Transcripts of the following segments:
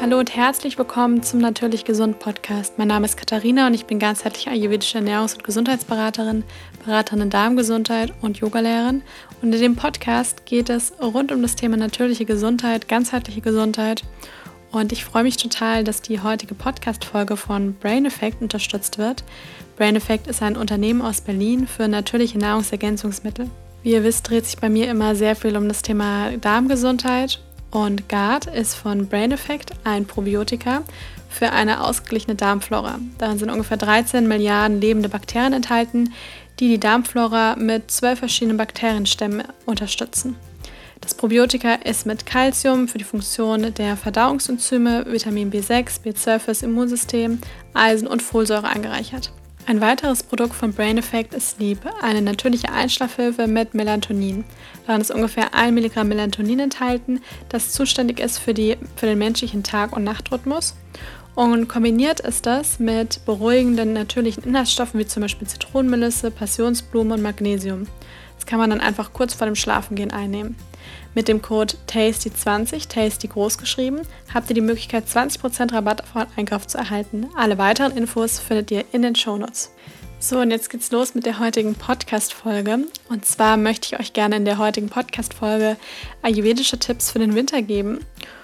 Hallo und herzlich willkommen zum Natürlich Gesund Podcast. Mein Name ist Katharina und ich bin ganzheitliche ayurvedische Ernährungs- und Gesundheitsberaterin, Beraterin in Darmgesundheit und Yogalehrerin. Und in dem Podcast geht es rund um das Thema natürliche Gesundheit, ganzheitliche Gesundheit. Und ich freue mich total, dass die heutige Podcast-Folge von Brain Effect unterstützt wird. Brain Effect ist ein Unternehmen aus Berlin für natürliche Nahrungsergänzungsmittel. Wie ihr wisst, dreht sich bei mir immer sehr viel um das Thema Darmgesundheit. Und GARD ist von Brain Effect ein Probiotika für eine ausgeglichene Darmflora. Darin sind ungefähr 13 Milliarden lebende Bakterien enthalten, die die Darmflora mit 12 verschiedenen Bakterienstämmen unterstützen. Das Probiotika ist mit Calcium für die Funktion der Verdauungsenzyme, Vitamin B6, B12 fürs Immunsystem, Eisen und Folsäure angereichert. Ein weiteres Produkt von Brain Effect ist Sleep, eine natürliche Einschlafhilfe mit Melatonin. Darin ist ungefähr 1 Milligramm Melatonin enthalten, das zuständig ist für den menschlichen Tag- und Nachtrhythmus. Und kombiniert ist das mit beruhigenden natürlichen Inhaltsstoffen wie zum Beispiel Zitronenmelisse, Passionsblume und Magnesium. Das kann man dann einfach kurz vor dem Schlafengehen einnehmen. Mit dem Code TASTY20, TASTY groß geschrieben, habt ihr die Möglichkeit 20% Rabatt auf euren Einkauf zu erhalten. Alle weiteren Infos findet ihr in den Shownotes. So, und jetzt geht's los mit der heutigen Podcast-Folge. Und zwar möchte ich euch gerne in der heutigen Podcast-Folge ayurvedische Tipps für den Winter geben.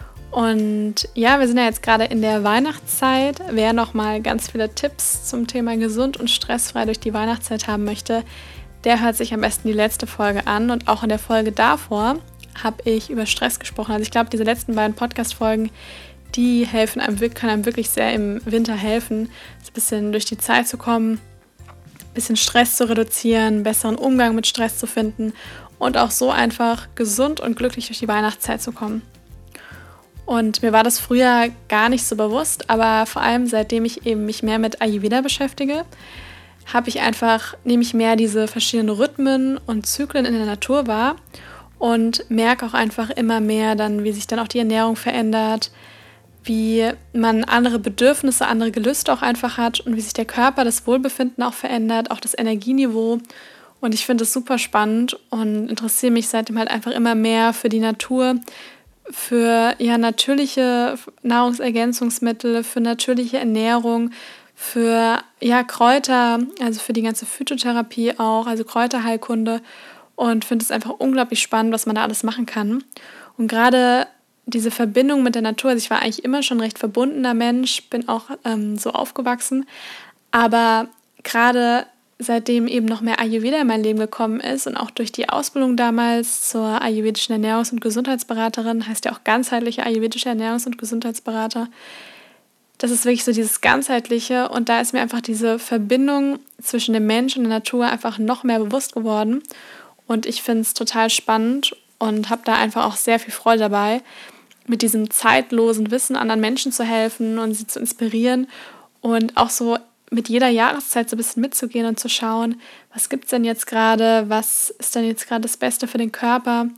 Und ja, wir sind ja jetzt gerade in der Weihnachtszeit. Wer nochmal ganz viele Tipps zum Thema gesund und stressfrei durch die Weihnachtszeit haben möchte, der hört sich am besten die letzte Folge an. Und auch in der Folge davor habe ich über Stress gesprochen. Also ich glaube, diese letzten beiden Podcast-Folgen, die können einem wirklich sehr im Winter helfen, so ein bisschen durch die Zeit zu kommen, ein bisschen Stress zu reduzieren, besseren Umgang mit Stress zu finden und auch so einfach gesund und glücklich durch die Weihnachtszeit zu kommen. Und mir war das früher gar nicht so bewusst, aber vor allem seitdem ich eben mich mehr mit Ayurveda beschäftige, nehme ich mehr diese verschiedenen Rhythmen und Zyklen in der Natur wahr und merke auch einfach immer mehr dann, wie sich dann auch die Ernährung verändert, wie man andere Bedürfnisse, andere Gelüste auch einfach hat und wie sich der Körper, das Wohlbefinden auch verändert, auch das Energieniveau. Und ich finde es super spannend und interessiere mich seitdem halt einfach immer mehr für die Natur, für natürliche Nahrungsergänzungsmittel, für natürliche Ernährung, für Kräuter, also für die ganze Phytotherapie auch, also Kräuterheilkunde. Und finde es einfach unglaublich spannend, was man da alles machen kann. Und gerade diese Verbindung mit der Natur, also ich war eigentlich immer schon ein recht verbundener Mensch, bin auch so aufgewachsen, aber gerade seitdem eben noch mehr Ayurveda in mein Leben gekommen ist und auch durch die Ausbildung damals zur ayurvedischen Ernährungs- und Gesundheitsberaterin, heißt ja auch ganzheitliche ayurvedische Ernährungs- und Gesundheitsberater, das ist wirklich so dieses Ganzheitliche und da ist mir einfach diese Verbindung zwischen dem Mensch und der Natur einfach noch mehr bewusst geworden. Und ich finde es total spannend und habe da einfach auch sehr viel Freude dabei, mit diesem zeitlosen Wissen anderen Menschen zu helfen und sie zu inspirieren und auch so mit jeder Jahreszeit so ein bisschen mitzugehen und zu schauen, was gibt es denn jetzt gerade, was ist denn jetzt gerade das Beste für den Körper.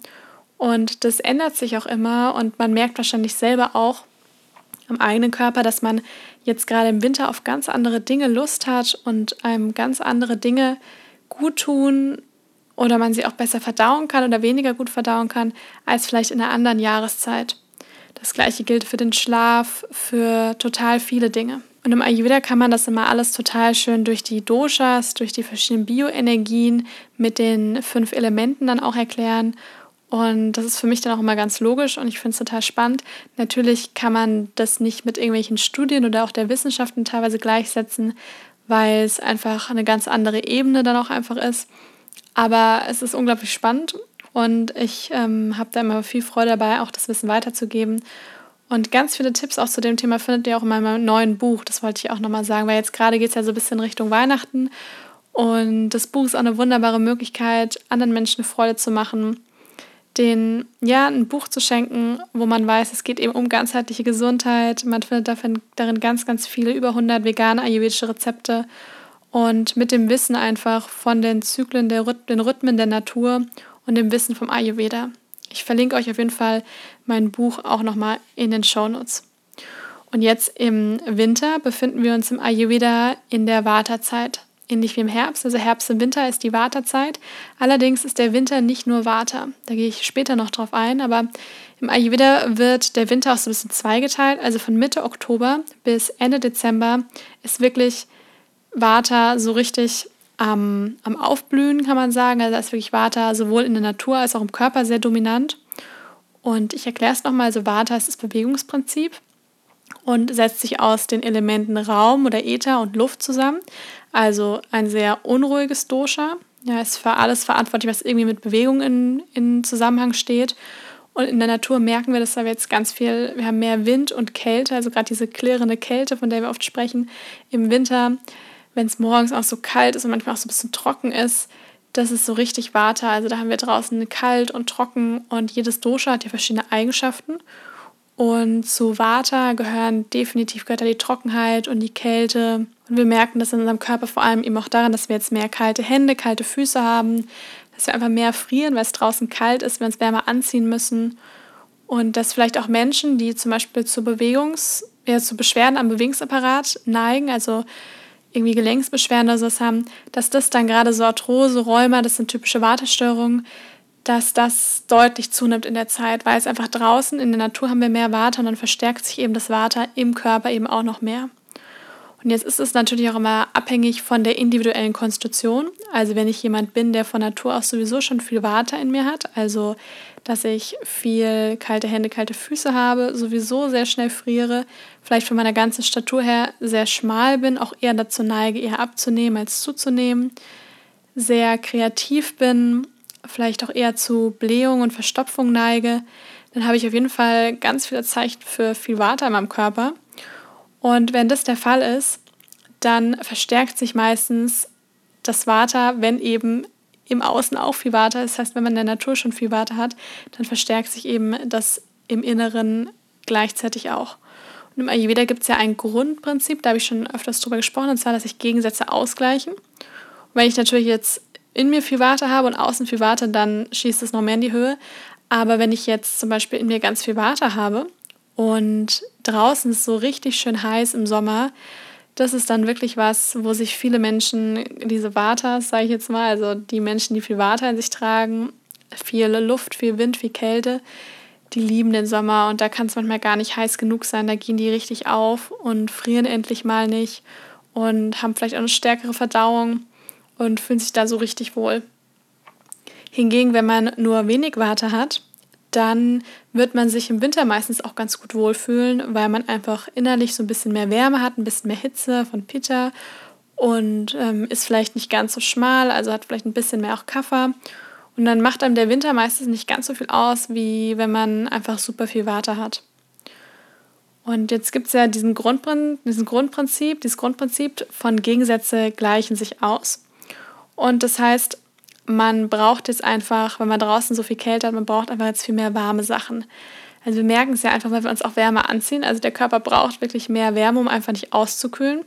Und das ändert sich auch immer und man merkt wahrscheinlich selber auch am eigenen Körper, dass man jetzt gerade im Winter auf ganz andere Dinge Lust hat und einem ganz andere Dinge gut tun, oder man sie auch besser verdauen kann oder weniger gut verdauen kann, als vielleicht in einer anderen Jahreszeit. Das Gleiche gilt für den Schlaf, für total viele Dinge. Und im Ayurveda kann man das immer alles total schön durch die Doshas, durch die verschiedenen Bioenergien mit den 5 Elementen dann auch erklären. Und das ist für mich dann auch immer ganz logisch und ich finde es total spannend. Natürlich kann man das nicht mit irgendwelchen Studien oder auch der Wissenschaften teilweise gleichsetzen, weil es einfach eine ganz andere Ebene dann auch einfach ist. Aber es ist unglaublich spannend und ich habe da immer viel Freude dabei, auch das Wissen weiterzugeben. Und ganz viele Tipps auch zu dem Thema findet ihr auch in meinem neuen Buch. Das wollte ich auch nochmal sagen, weil jetzt gerade geht es ja so ein bisschen Richtung Weihnachten. Und das Buch ist auch eine wunderbare Möglichkeit, anderen Menschen Freude zu machen, denen ein Buch zu schenken, wo man weiß, es geht eben um ganzheitliche Gesundheit. Man findet darin ganz, ganz viele, über 100 vegane ayurvedische Rezepte. Und mit dem Wissen einfach von den Zyklen, den Rhythmen der Natur und dem Wissen vom Ayurveda. Ich verlinke euch auf jeden Fall mein Buch auch nochmal in den Shownotes. Und jetzt im Winter befinden wir uns im Ayurveda in der Vata-Zeit. ähnlich wie im Herbst. Also Herbst und Winter ist die Vata-Zeit. Allerdings ist der Winter nicht nur Vata. Da gehe ich später noch drauf ein. Aber im Ayurveda wird der Winter auch so ein bisschen zweigeteilt. Also von Mitte Oktober bis Ende Dezember ist wirklich Vata so richtig am Aufblühen, kann man sagen. Also da ist wirklich Vata sowohl in der Natur als auch im Körper sehr dominant. Und ich erkläre es nochmal. Also Vata ist das Bewegungsprinzip und setzt sich aus den Elementen Raum oder Äther und Luft zusammen. Also ein sehr unruhiges Dosha. Ja, ist für alles verantwortlich, was irgendwie mit Bewegung in Zusammenhang steht. Und in der Natur merken wir, dass da jetzt ganz viel, wir haben mehr Wind und Kälte, also gerade diese klirrende Kälte, von der wir oft sprechen. Im Winter, wenn es morgens auch so kalt ist und manchmal auch so ein bisschen trocken ist, das ist so richtig Vata. Also da haben wir draußen kalt und trocken und jedes Dosha hat ja verschiedene Eigenschaften. Und zu Vata gehört da die Trockenheit und die Kälte. Und wir merken das in unserem Körper vor allem eben auch daran, dass wir jetzt mehr kalte Hände, kalte Füße haben, dass wir einfach mehr frieren, weil es draußen kalt ist, wir uns wärmer anziehen müssen. Und dass vielleicht auch Menschen, die zum Beispiel zu Beschwerden am Bewegungsapparat neigen, also irgendwie Gelenksbeschwerden oder sowas haben, dass das dann gerade so Arthrose, Rheuma, das sind typische Vata-Störungen, dass das deutlich zunimmt in der Zeit, weil es einfach draußen in der Natur haben wir mehr Vata und dann verstärkt sich eben das Vata im Körper eben auch noch mehr. Und jetzt ist es natürlich auch immer abhängig von der individuellen Konstitution. Also wenn ich jemand bin, der von Natur aus sowieso schon viel Vata in mir hat, also dass ich viel kalte Hände, kalte Füße habe, sowieso sehr schnell friere, vielleicht von meiner ganzen Statur her sehr schmal bin, auch eher dazu neige, eher abzunehmen als zuzunehmen, sehr kreativ bin, vielleicht auch eher zu Blähung und Verstopfung neige, dann habe ich auf jeden Fall ganz viele Zeichen für viel Vata in meinem Körper. Und wenn das der Fall ist, dann verstärkt sich meistens das Vata, wenn eben im Außen auch viel Vata ist. Das heißt, wenn man in der Natur schon viel Vata hat, dann verstärkt sich eben das im Inneren gleichzeitig auch. Und im Ayurveda gibt es ja ein Grundprinzip, da habe ich schon öfters drüber gesprochen, und zwar, dass sich Gegensätze ausgleichen. Und wenn ich natürlich jetzt in mir viel Vata habe und außen viel Vata, dann schießt es noch mehr in die Höhe. Aber wenn ich jetzt zum Beispiel in mir ganz viel Vata habe und draußen ist es so richtig schön heiß im Sommer, das ist dann wirklich was, wo sich viele Menschen, diese Vatas, sage ich jetzt mal, also die Menschen, die viel Vata in sich tragen, viel Luft, viel Wind, viel Kälte, die lieben den Sommer und da kann es manchmal gar nicht heiß genug sein, da gehen die richtig auf und frieren endlich mal nicht und haben vielleicht auch eine stärkere Verdauung und fühlen sich da so richtig wohl. Hingegen, wenn man nur wenig Vata hat, dann wird man sich im Winter meistens auch ganz gut wohlfühlen, weil man einfach innerlich so ein bisschen mehr Wärme hat, ein bisschen mehr Hitze von Pitta und ist vielleicht nicht ganz so schmal, also hat vielleicht ein bisschen mehr auch Kapha. Und dann macht einem der Winter meistens nicht ganz so viel aus, wie wenn man einfach super viel Vata hat. Und jetzt gibt es ja dieses Grundprinzip von Gegensätze gleichen sich aus. Und das heißt, man braucht jetzt einfach, wenn man draußen so viel Kälte hat, man braucht einfach jetzt viel mehr warme Sachen. Also wir merken es ja einfach, weil wir uns auch wärmer anziehen. Also der Körper braucht wirklich mehr Wärme, um einfach nicht auszukühlen.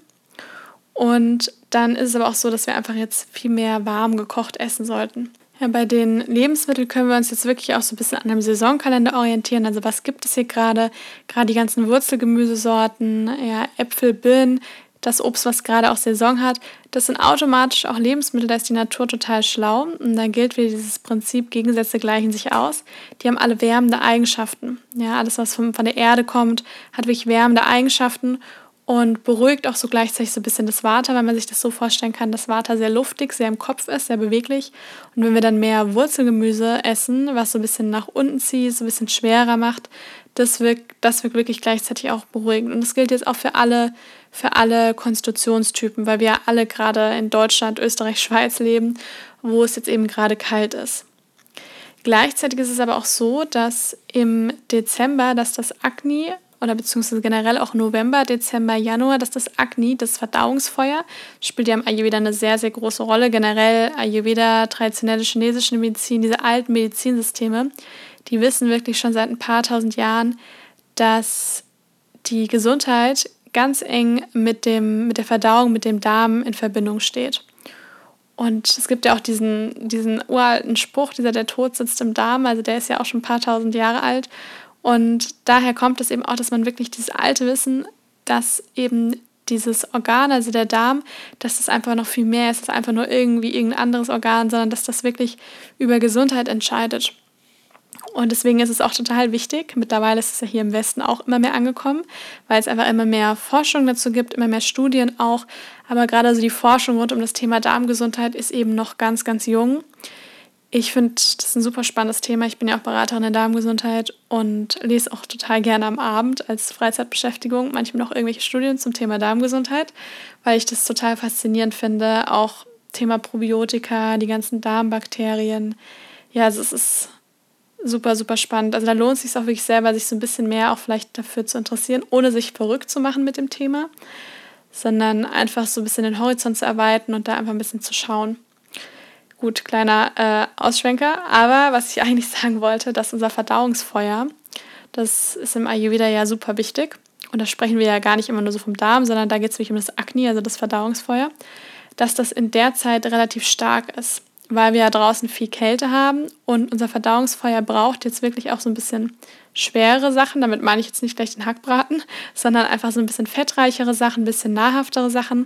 Und dann ist es aber auch so, dass wir einfach jetzt viel mehr warm gekocht essen sollten. Ja, bei den Lebensmitteln können wir uns jetzt wirklich auch so ein bisschen an einem Saisonkalender orientieren. Also was gibt es hier gerade? Gerade die ganzen Wurzelgemüsesorten, ja, Äpfel, Birnen, das Obst, was gerade auch Saison hat, das sind automatisch auch Lebensmittel, da ist die Natur total schlau. Und da gilt wieder dieses Prinzip, Gegensätze gleichen sich aus. Die haben alle wärmende Eigenschaften. Ja, alles, was von der Erde kommt, hat wirklich wärmende Eigenschaften und beruhigt auch so gleichzeitig so ein bisschen das Vata, weil man sich das so vorstellen kann, dass Vata sehr luftig, sehr im Kopf ist, sehr beweglich. Und wenn wir dann mehr Wurzelgemüse essen, was so ein bisschen nach unten zieht, so ein bisschen schwerer macht, das wirkt wirklich gleichzeitig auch beruhigend. Und das gilt jetzt auch für alle Konstitutionstypen, weil wir alle gerade in Deutschland, Österreich, Schweiz leben, wo es jetzt eben gerade kalt ist. Gleichzeitig ist es aber auch so, dass im Dezember, dass das Agni oder beziehungsweise generell auch November, Dezember, Januar, dass das Agni, das Verdauungsfeuer, spielt ja im Ayurveda eine sehr, sehr große Rolle. Generell Ayurveda, traditionelle chinesische Medizin, diese alten Medizinsysteme, die wissen wirklich schon seit ein paar tausend Jahren, dass die Gesundheit ganz eng mit der Verdauung, mit dem Darm in Verbindung steht. Und es gibt ja auch diesen uralten Spruch, der Tod sitzt im Darm, also der ist ja auch schon ein paar tausend Jahre alt. Und daher kommt es eben auch, dass man wirklich dieses alte Wissen, dass eben dieses Organ, also der Darm, dass das einfach noch viel mehr ist, als einfach nur irgendwie irgendein anderes Organ, sondern dass das wirklich über Gesundheit entscheidet. Und deswegen ist es auch total wichtig, mittlerweile ist es ja hier im Westen auch immer mehr angekommen, weil es einfach immer mehr Forschung dazu gibt, immer mehr Studien auch. Aber gerade so die Forschung rund um das Thema Darmgesundheit ist eben noch ganz, ganz jung. Ich finde, das ist ein super spannendes Thema. Ich bin ja auch Beraterin in Darmgesundheit und lese auch total gerne am Abend als Freizeitbeschäftigung manchmal noch irgendwelche Studien zum Thema Darmgesundheit, weil ich das total faszinierend finde. Auch Thema Probiotika, die ganzen Darmbakterien. Ja, also es ist super, super spannend. Also da lohnt es sich auch wirklich selber, sich so ein bisschen mehr auch vielleicht dafür zu interessieren, ohne sich verrückt zu machen mit dem Thema, sondern einfach so ein bisschen den Horizont zu erweitern und da einfach ein bisschen zu schauen. Gut, kleiner Ausschwenker, aber was ich eigentlich sagen wollte, dass unser Verdauungsfeuer, das ist im Ayurveda ja super wichtig und da sprechen wir ja gar nicht immer nur so vom Darm, sondern da geht es wirklich um das Agni, also das Verdauungsfeuer, dass das in der Zeit relativ stark ist, weil wir ja draußen viel Kälte haben und unser Verdauungsfeuer braucht jetzt wirklich auch so ein bisschen schwere Sachen, damit meine ich jetzt nicht gleich den Hackbraten, sondern einfach so ein bisschen fettreichere Sachen, ein bisschen nahrhaftere Sachen.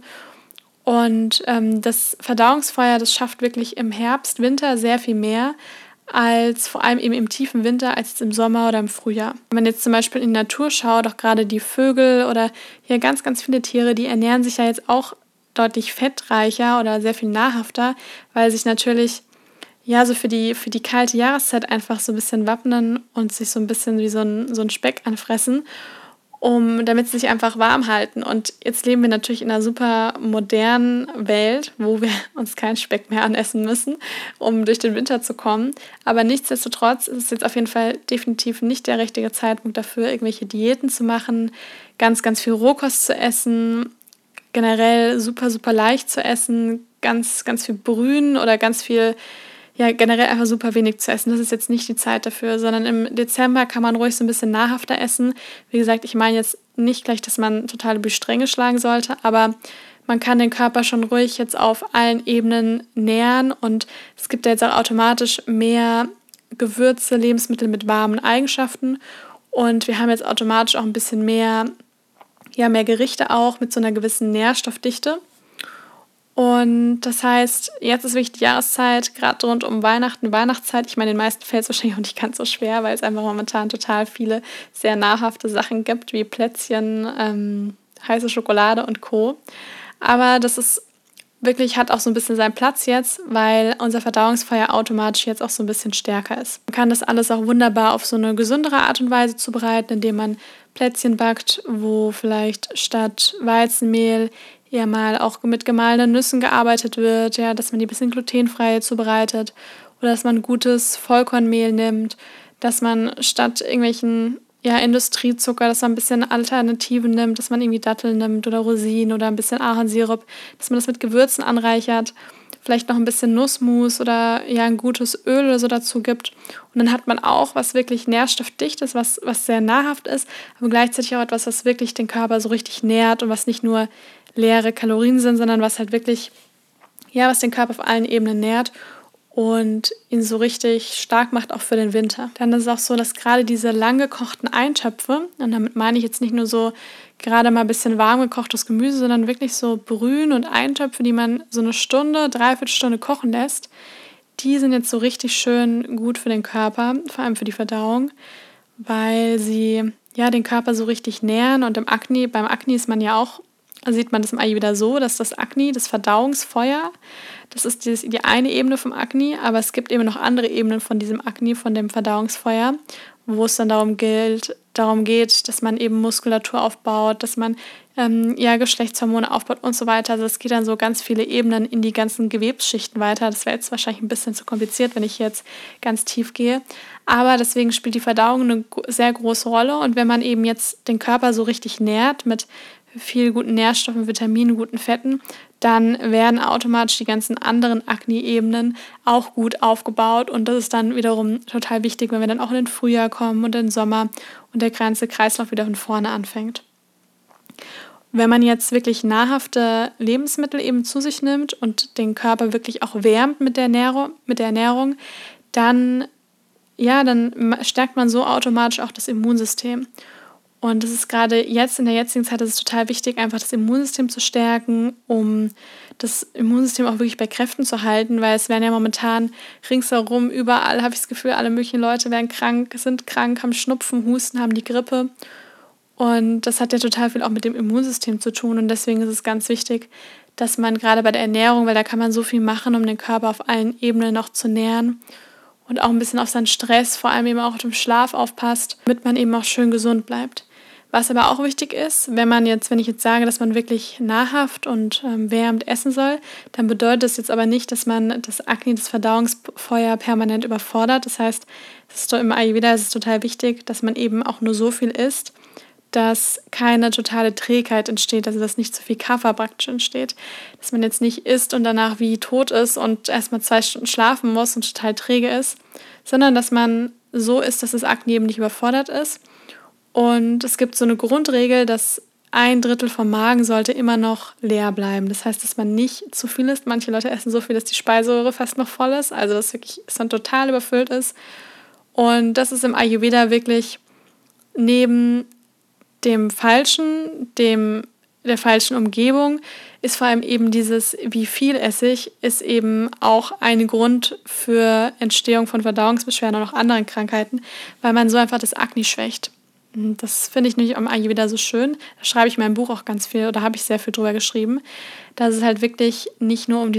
Und das Verdauungsfeuer, das schafft wirklich im Herbst, Winter sehr viel mehr als vor allem eben im tiefen Winter, als jetzt im Sommer oder im Frühjahr. Wenn man jetzt zum Beispiel in die Natur schaut, auch gerade die Vögel oder hier ganz, ganz viele Tiere, die ernähren sich ja jetzt auch deutlich fettreicher oder sehr viel nahrhafter, weil sich natürlich ja so für die kalte Jahreszeit einfach so ein bisschen wappnen und sich so ein bisschen wie so ein Speck anfressen, damit sie sich einfach warm halten. Und jetzt leben wir natürlich in einer super modernen Welt, wo wir uns keinen Speck mehr anessen müssen, um durch den Winter zu kommen. Aber nichtsdestotrotz ist es jetzt auf jeden Fall definitiv nicht der richtige Zeitpunkt dafür, irgendwelche Diäten zu machen, ganz, ganz viel Rohkost zu essen, generell super, super leicht zu essen, ganz, ganz viel Brühen oder ganz viel, ja, generell einfach super wenig zu essen. Das ist jetzt nicht die Zeit dafür, sondern im Dezember kann man ruhig so ein bisschen nahrhafter essen. Wie gesagt, ich meine jetzt nicht gleich, dass man total über die Stränge schlagen sollte, aber man kann den Körper schon ruhig jetzt auf allen Ebenen nähren und es gibt ja jetzt auch automatisch mehr Gewürze, Lebensmittel mit warmen Eigenschaften und wir haben jetzt automatisch auch ein bisschen mehr Gerichte auch mit so einer gewissen Nährstoffdichte. Und das heißt, jetzt ist wirklich die Jahreszeit, gerade rund um Weihnachten, Weihnachtszeit. Ich meine, den meisten fällt es wahrscheinlich auch nicht ganz so schwer, weil es einfach momentan total viele sehr nahrhafte Sachen gibt, wie Plätzchen, heiße Schokolade und Co. Aber das ist wirklich, hat auch so ein bisschen seinen Platz jetzt, weil unser Verdauungsfeuer automatisch jetzt auch so ein bisschen stärker ist. Man kann das alles auch wunderbar auf so eine gesündere Art und Weise zubereiten, indem man Plätzchen backt, wo vielleicht statt Weizenmehl ja mal auch mit gemahlenen Nüssen gearbeitet wird, ja, dass man die ein bisschen glutenfrei zubereitet oder dass man gutes Vollkornmehl nimmt, dass man statt irgendwelchen Industriezucker, dass man ein bisschen Alternativen nimmt, dass man irgendwie Datteln nimmt oder Rosinen oder ein bisschen Ahornsirup, dass man das mit Gewürzen anreichert, vielleicht noch ein bisschen Nussmus oder ein gutes Öl oder so dazu gibt. Und dann hat man auch was wirklich nährstoffdicht ist, was sehr nahrhaft ist, aber gleichzeitig auch etwas, was wirklich den Körper so richtig nährt und was nicht nur leere Kalorien sind, sondern was halt wirklich, was den Körper auf allen Ebenen nährt und ihn so richtig stark macht, auch für den Winter. Dann ist es auch so, dass gerade diese lang gekochten Eintöpfe, und damit meine ich jetzt nicht nur so gerade mal ein bisschen warm gekochtes Gemüse, sondern wirklich so Brühen und Eintöpfe, die man so eine Stunde, dreiviertel Stunde kochen lässt, die sind jetzt so richtig schön gut für den Körper, vor allem für die Verdauung, weil sie den Körper so richtig nähren. Und beim Akne ist man ja auch, sieht man das im Ayurveda so, dass das Akne, das Verdauungsfeuer, das ist die eine Ebene vom Akne, aber es gibt eben noch andere Ebenen von diesem Akne, von dem Verdauungsfeuer, wo es dann darum geht, dass man eben Muskulatur aufbaut, dass man Geschlechtshormone aufbaut und so weiter. Also es geht dann so ganz viele Ebenen in die ganzen Gewebsschichten weiter. Das wäre jetzt wahrscheinlich ein bisschen zu kompliziert, wenn ich jetzt ganz tief gehe. Aber deswegen spielt die Verdauung eine sehr große Rolle. Und wenn man eben jetzt den Körper so richtig nährt mit viel guten Nährstoffen, Vitaminen, guten Fetten, dann werden automatisch die ganzen anderen Akne-Ebenen auch gut aufgebaut. Und das ist dann wiederum total wichtig, wenn wir dann auch in den Frühjahr kommen und in den Sommer und der ganze Kreislauf wieder von vorne anfängt. Wenn man jetzt wirklich nahrhafte Lebensmittel eben zu sich nimmt und den Körper wirklich auch wärmt mit der Ernährung, dann stärkt man so automatisch auch das Immunsystem. Und das ist gerade jetzt in der jetzigen Zeit, das ist total wichtig, einfach das Immunsystem zu stärken, um das Immunsystem auch wirklich bei Kräften zu halten, weil es werden ja momentan ringsherum, überall habe ich das Gefühl, alle möglichen Leute werden krank, sind krank, haben Schnupfen, Husten, haben die Grippe. Und das hat ja total viel auch mit dem Immunsystem zu tun. Und deswegen ist es ganz wichtig, dass man gerade bei der Ernährung, weil da kann man so viel machen, um den Körper auf allen Ebenen noch zu nähren und auch ein bisschen auf seinen Stress, vor allem eben auch auf den Schlaf aufpasst, damit man eben auch schön gesund bleibt. Was aber auch wichtig ist, wenn ich jetzt sage, dass man wirklich nahrhaft und wärmend essen soll, dann bedeutet das jetzt aber nicht, dass man das Akne, das Verdauungsfeuer permanent überfordert. Das heißt, im Ayurveda ist es total wichtig, dass man eben auch nur so viel isst, dass keine totale Trägheit entsteht, also dass nicht zu viel Kapha praktisch entsteht. Dass man jetzt nicht isst und danach wie tot ist und erstmal 2 Stunden schlafen muss und total träge ist, sondern dass man so isst, dass das Akne eben nicht überfordert ist. Und es gibt so eine Grundregel, dass 1/3 vom Magen sollte immer noch leer bleiben. Das heißt, dass man nicht zu viel isst. Manche Leute essen so viel, dass die Speiseröhre fast noch voll ist, also dass es dann total überfüllt ist. Und das ist im Ayurveda wirklich neben der falschen Umgebung, ist vor allem eben dieses, wie viel esse ich, ist eben auch ein Grund für Entstehung von Verdauungsbeschwerden und auch anderen Krankheiten, weil man so einfach das Akne schwächt. Das finde ich nämlich am Ayurveda so schön. Da schreibe ich in meinem Buch auch ganz viel, oder habe ich sehr viel drüber geschrieben, dass es halt wirklich nicht nur um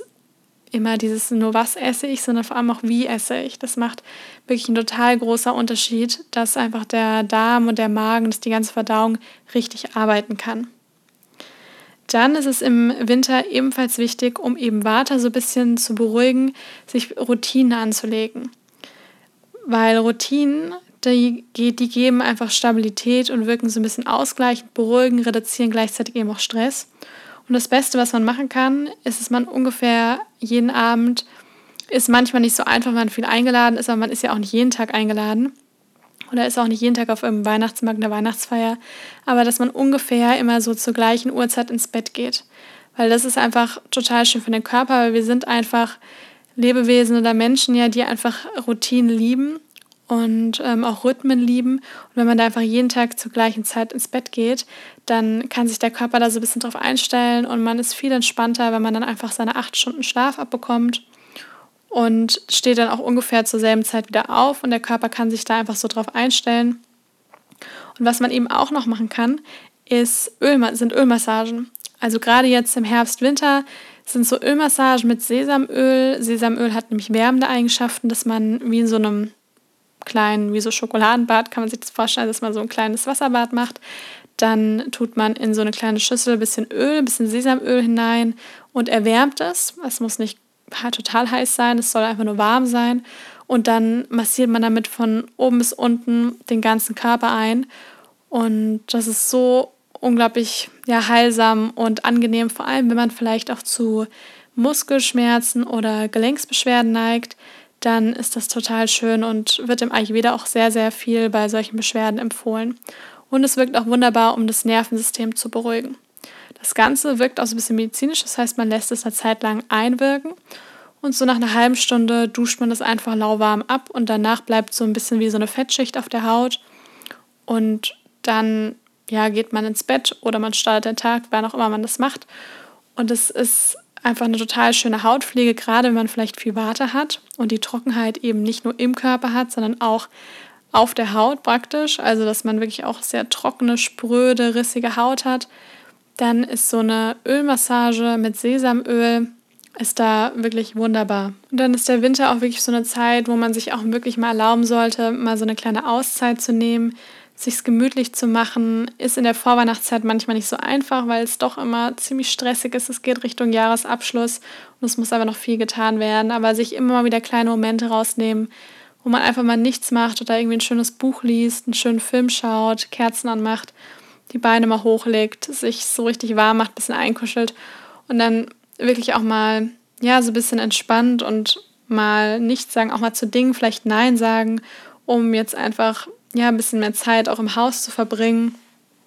nur was esse ich, sondern vor allem auch wie esse ich. Das macht wirklich ein total großer Unterschied, dass einfach der Darm und der Magen, dass die ganze Verdauung richtig arbeiten kann. Dann ist es im Winter ebenfalls wichtig, um eben Vata so ein bisschen zu beruhigen, sich Routinen anzulegen. Weil Routinen, die geben einfach Stabilität und wirken so ein bisschen ausgleichend, beruhigen, reduzieren gleichzeitig eben auch Stress. Und das Beste, was man machen kann, ist, dass man ungefähr jeden Abend, ist manchmal nicht so einfach, wenn man viel eingeladen ist, aber man ist ja auch nicht jeden Tag eingeladen oder ist auch nicht jeden Tag auf irgendeinem Weihnachtsmarkt, einer Weihnachtsfeier, aber dass man ungefähr immer so zur gleichen Uhrzeit ins Bett geht. Weil das ist einfach total schön für den Körper, weil wir sind einfach Lebewesen oder Menschen, ja, die einfach Routinen lieben und auch Rhythmen lieben. Und wenn man da einfach jeden Tag zur gleichen Zeit ins Bett geht, dann kann sich der Körper da so ein bisschen drauf einstellen und man ist viel entspannter, wenn man dann einfach seine 8 Stunden Schlaf abbekommt und steht dann auch ungefähr zur selben Zeit wieder auf und der Körper kann sich da einfach so drauf einstellen. Und was man eben auch noch machen kann, sind Ölmassagen. Also gerade jetzt im Herbst, Winter sind so Ölmassagen mit Sesamöl. Sesamöl hat nämlich wärmende Eigenschaften, dass man wie in so einem wie so Schokoladenbad, kann man sich das vorstellen, dass man so ein kleines Wasserbad macht. Dann tut man in so eine kleine Schüssel ein bisschen Öl, ein bisschen Sesamöl hinein und erwärmt es. Es muss nicht total heiß sein, es soll einfach nur warm sein. Und dann massiert man damit von oben bis unten den ganzen Körper ein. Und das ist so unglaublich heilsam und angenehm, vor allem wenn man vielleicht auch zu Muskelschmerzen oder Gelenksbeschwerden neigt, dann ist das total schön und wird im Ayurveda auch sehr, sehr viel bei solchen Beschwerden empfohlen. Und es wirkt auch wunderbar, um das Nervensystem zu beruhigen. Das Ganze wirkt auch so ein bisschen medizinisch, das heißt, man lässt es eine Zeit lang einwirken und so nach einer halben Stunde duscht man das einfach lauwarm ab und danach bleibt so ein bisschen wie so eine Fettschicht auf der Haut und dann geht man ins Bett oder man startet den Tag, wann auch immer man das macht. Und es ist einfach eine total schöne Hautpflege, gerade wenn man vielleicht viel Vata hat und die Trockenheit eben nicht nur im Körper hat, sondern auch auf der Haut praktisch. Also dass man wirklich auch sehr trockene, spröde, rissige Haut hat. Dann ist so eine Ölmassage mit Sesamöl ist da wirklich wunderbar. Und dann ist der Winter auch wirklich so eine Zeit, wo man sich auch wirklich mal erlauben sollte, mal so eine kleine Auszeit zu nehmen, sich's gemütlich zu machen, ist in der Vorweihnachtszeit manchmal nicht so einfach, weil es doch immer ziemlich stressig ist. Es geht Richtung Jahresabschluss und es muss aber noch viel getan werden. Aber sich immer mal wieder kleine Momente rausnehmen, wo man einfach mal nichts macht oder irgendwie ein schönes Buch liest, einen schönen Film schaut, Kerzen anmacht, die Beine mal hochlegt, sich so richtig warm macht, ein bisschen einkuschelt und dann wirklich auch mal so ein bisschen entspannt und mal nichts sagen, auch mal zu Dingen vielleicht Nein sagen, um jetzt einfach ein bisschen mehr Zeit auch im Haus zu verbringen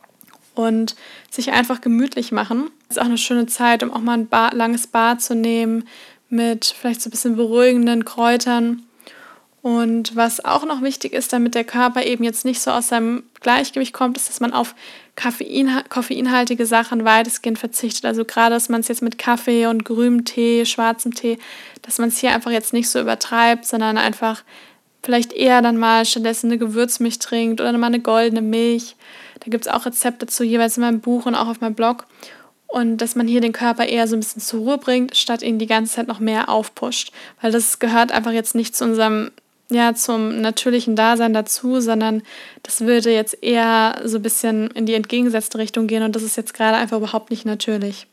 und sich einfach gemütlich machen. Es ist auch eine schöne Zeit, um auch mal ein langes Bad zu nehmen mit vielleicht so ein bisschen beruhigenden Kräutern Und was auch noch wichtig ist, damit der Körper eben jetzt nicht so aus seinem Gleichgewicht kommt, ist, dass man auf koffeinhaltige Sachen weitestgehend verzichtet. Also gerade, dass man es jetzt mit Kaffee und grünem Tee, schwarzem Tee, dass man es hier einfach jetzt nicht so übertreibt, sondern einfach vielleicht eher dann mal stattdessen eine Gewürzmilch trinkt oder mal eine goldene Milch. Da gibt es auch Rezepte zu, jeweils in meinem Buch und auch auf meinem Blog. Und dass man hier den Körper eher so ein bisschen zur Ruhe bringt, statt ihn die ganze Zeit noch mehr aufpusht. Weil das gehört einfach jetzt nicht zu unserem, zum natürlichen Dasein dazu, sondern das würde jetzt eher so ein bisschen in die entgegengesetzte Richtung gehen und das ist jetzt gerade einfach überhaupt nicht natürlich.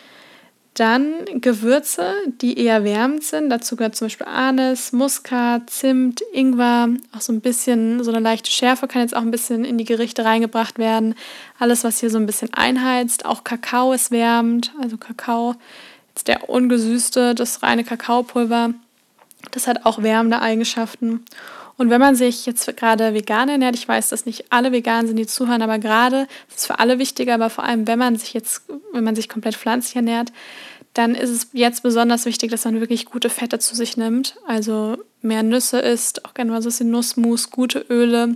Dann Gewürze, die eher wärmend sind. Dazu gehört zum Beispiel Anis, Muskat, Zimt, Ingwer. Auch so ein bisschen, so eine leichte Schärfe kann jetzt auch ein bisschen in die Gerichte reingebracht werden. Alles, was hier so ein bisschen einheizt. Auch Kakao ist wärmend. Also Kakao, jetzt der ungesüßte, das reine Kakaopulver. Das hat auch wärmende Eigenschaften. Und wenn man sich jetzt gerade vegan ernährt, ich weiß, dass nicht alle vegan sind, die zuhören, aber gerade, das ist für alle wichtiger, aber vor allem, wenn man sich komplett pflanzlich ernährt, dann ist es jetzt besonders wichtig, dass man wirklich gute Fette zu sich nimmt. Also mehr Nüsse isst, auch gerne mal so ein bisschen Nussmus, gute Öle.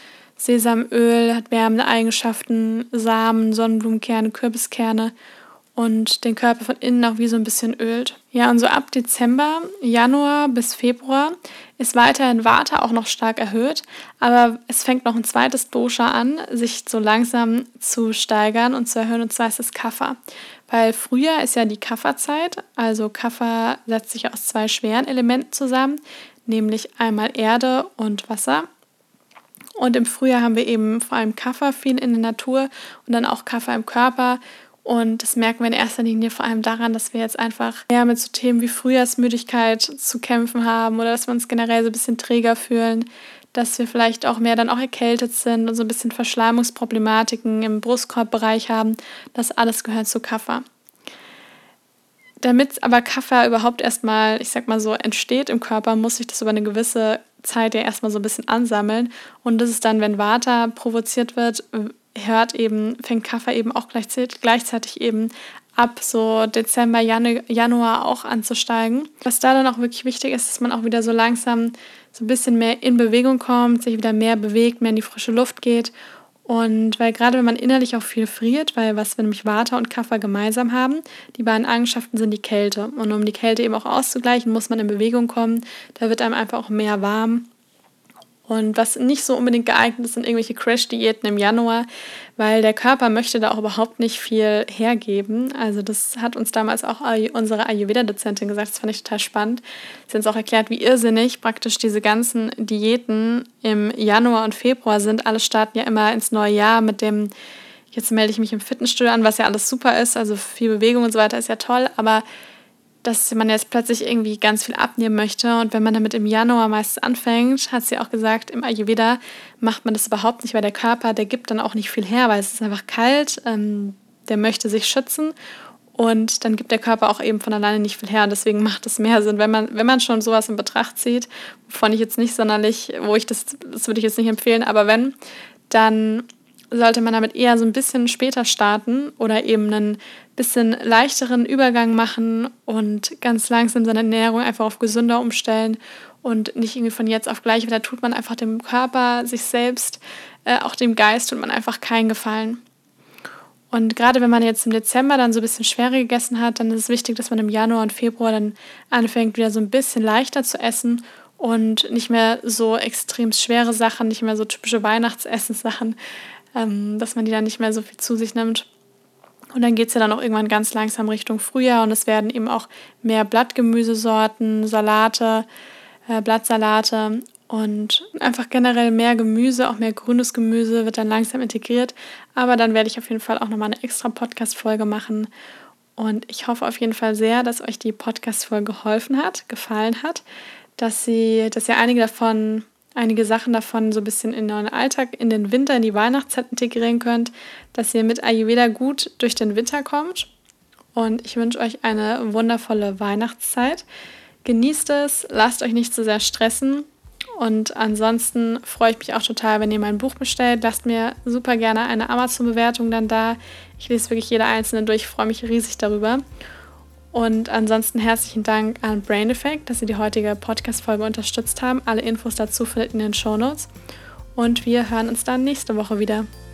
Sesamöl hat wärmende Eigenschaften, Samen, Sonnenblumenkerne, Kürbiskerne und den Körper von innen auch wie so ein bisschen ölt. Ja, und so ab Dezember, Januar bis Februar ist weiterhin Vata auch noch stark erhöht, aber es fängt noch ein zweites Dosha an, sich so langsam zu steigern und zu erhöhen, und zwar ist es Kapha. Weil Frühjahr ist ja die Kapha-Zeit, also Kapha setzt sich aus 2 schweren Elementen zusammen, nämlich einmal Erde und Wasser. Und im Frühjahr haben wir eben vor allem Kapha viel in der Natur und dann auch Kapha im Körper. Und das merken wir in erster Linie vor allem daran, dass wir jetzt einfach mehr mit so Themen wie Frühjahrsmüdigkeit zu kämpfen haben oder dass wir uns generell so ein bisschen träger fühlen, dass wir vielleicht auch mehr dann auch erkältet sind und so ein bisschen Verschleimungsproblematiken im Brustkorbbereich haben. Das alles gehört zu Kapha. Damit aber Kapha überhaupt erstmal, ich sag mal so, entsteht im Körper, muss sich das über eine gewisse Zeit ja erstmal so ein bisschen ansammeln. Und das ist dann, wenn Vata provoziert wird, fängt Kapha eben auch gleichzeitig eben ab so Dezember, Januar auch anzusteigen. Was da dann auch wirklich wichtig ist, dass man auch wieder so langsam so ein bisschen mehr in Bewegung kommt, sich wieder mehr bewegt, mehr in die frische Luft geht. Und weil gerade wenn man innerlich auch viel friert, weil was wir nämlich Vata und Kapha gemeinsam haben, die beiden Eigenschaften sind die Kälte. Und um die Kälte eben auch auszugleichen, muss man in Bewegung kommen. Da wird einem einfach auch mehr warm. Und was nicht so unbedingt geeignet ist, sind irgendwelche Crash-Diäten im Januar, weil der Körper möchte da auch überhaupt nicht viel hergeben. Also das hat uns damals auch unsere Ayurveda-Dozentin gesagt, das fand ich total spannend. Sie hat uns auch erklärt, wie irrsinnig praktisch diese ganzen Diäten im Januar und Februar sind. Alle starten ja immer ins neue Jahr mit dem, jetzt melde ich mich im Fitnessstudio an, was ja alles super ist, also viel Bewegung und so weiter ist ja toll, aber dass man jetzt plötzlich irgendwie ganz viel abnehmen möchte. Und wenn man damit im Januar meistens anfängt, hat sie auch gesagt, im Ayurveda macht man das überhaupt nicht, weil der Körper, der gibt dann auch nicht viel her, weil es ist einfach kalt, der möchte sich schützen und dann gibt der Körper auch eben von alleine nicht viel her. Und deswegen macht es mehr Sinn, wenn man schon sowas in Betracht zieht, wovon ich jetzt nicht sonderlich, das würde ich jetzt nicht empfehlen, aber wenn, dann sollte man damit eher so ein bisschen später starten oder eben einen bisschen leichteren Übergang machen und ganz langsam seine Ernährung einfach auf gesünder umstellen und nicht irgendwie von jetzt auf gleich, weil da tut man einfach dem Körper, sich selbst, auch dem Geist tut man einfach keinen Gefallen. Und gerade wenn man jetzt im Dezember dann so ein bisschen schwerer gegessen hat, dann ist es wichtig, dass man im Januar und Februar dann anfängt, wieder so ein bisschen leichter zu essen und nicht mehr so extrem schwere Sachen, nicht mehr so typische Weihnachtsessenssachen, dass man die dann nicht mehr so viel zu sich nimmt. Und dann geht es ja dann auch irgendwann ganz langsam Richtung Frühjahr und es werden eben auch mehr Blattgemüsesorten, Salate, Blattsalate und einfach generell mehr Gemüse, auch mehr grünes Gemüse wird dann langsam integriert. Aber dann werde ich auf jeden Fall auch nochmal eine extra Podcast-Folge machen. Und ich hoffe auf jeden Fall sehr, dass euch die Podcast-Folge gefallen hat, dass ihr einige Sachen davon so ein bisschen in euren Alltag, in den Winter, in die Weihnachtszeit integrieren könnt, dass ihr mit Ayurveda gut durch den Winter kommt. Und ich wünsche euch eine wundervolle Weihnachtszeit. Genießt es, lasst euch nicht zu sehr stressen. Und ansonsten freue ich mich auch total, wenn ihr mein Buch bestellt. Lasst mir super gerne eine Amazon-Bewertung dann da. Ich lese wirklich jede einzelne durch, freue mich riesig darüber. Und ansonsten herzlichen Dank an Brain Effect, dass sie die heutige Podcast-Folge unterstützt haben. Alle Infos dazu findet ihr in den Shownotes. Und wir hören uns dann nächste Woche wieder.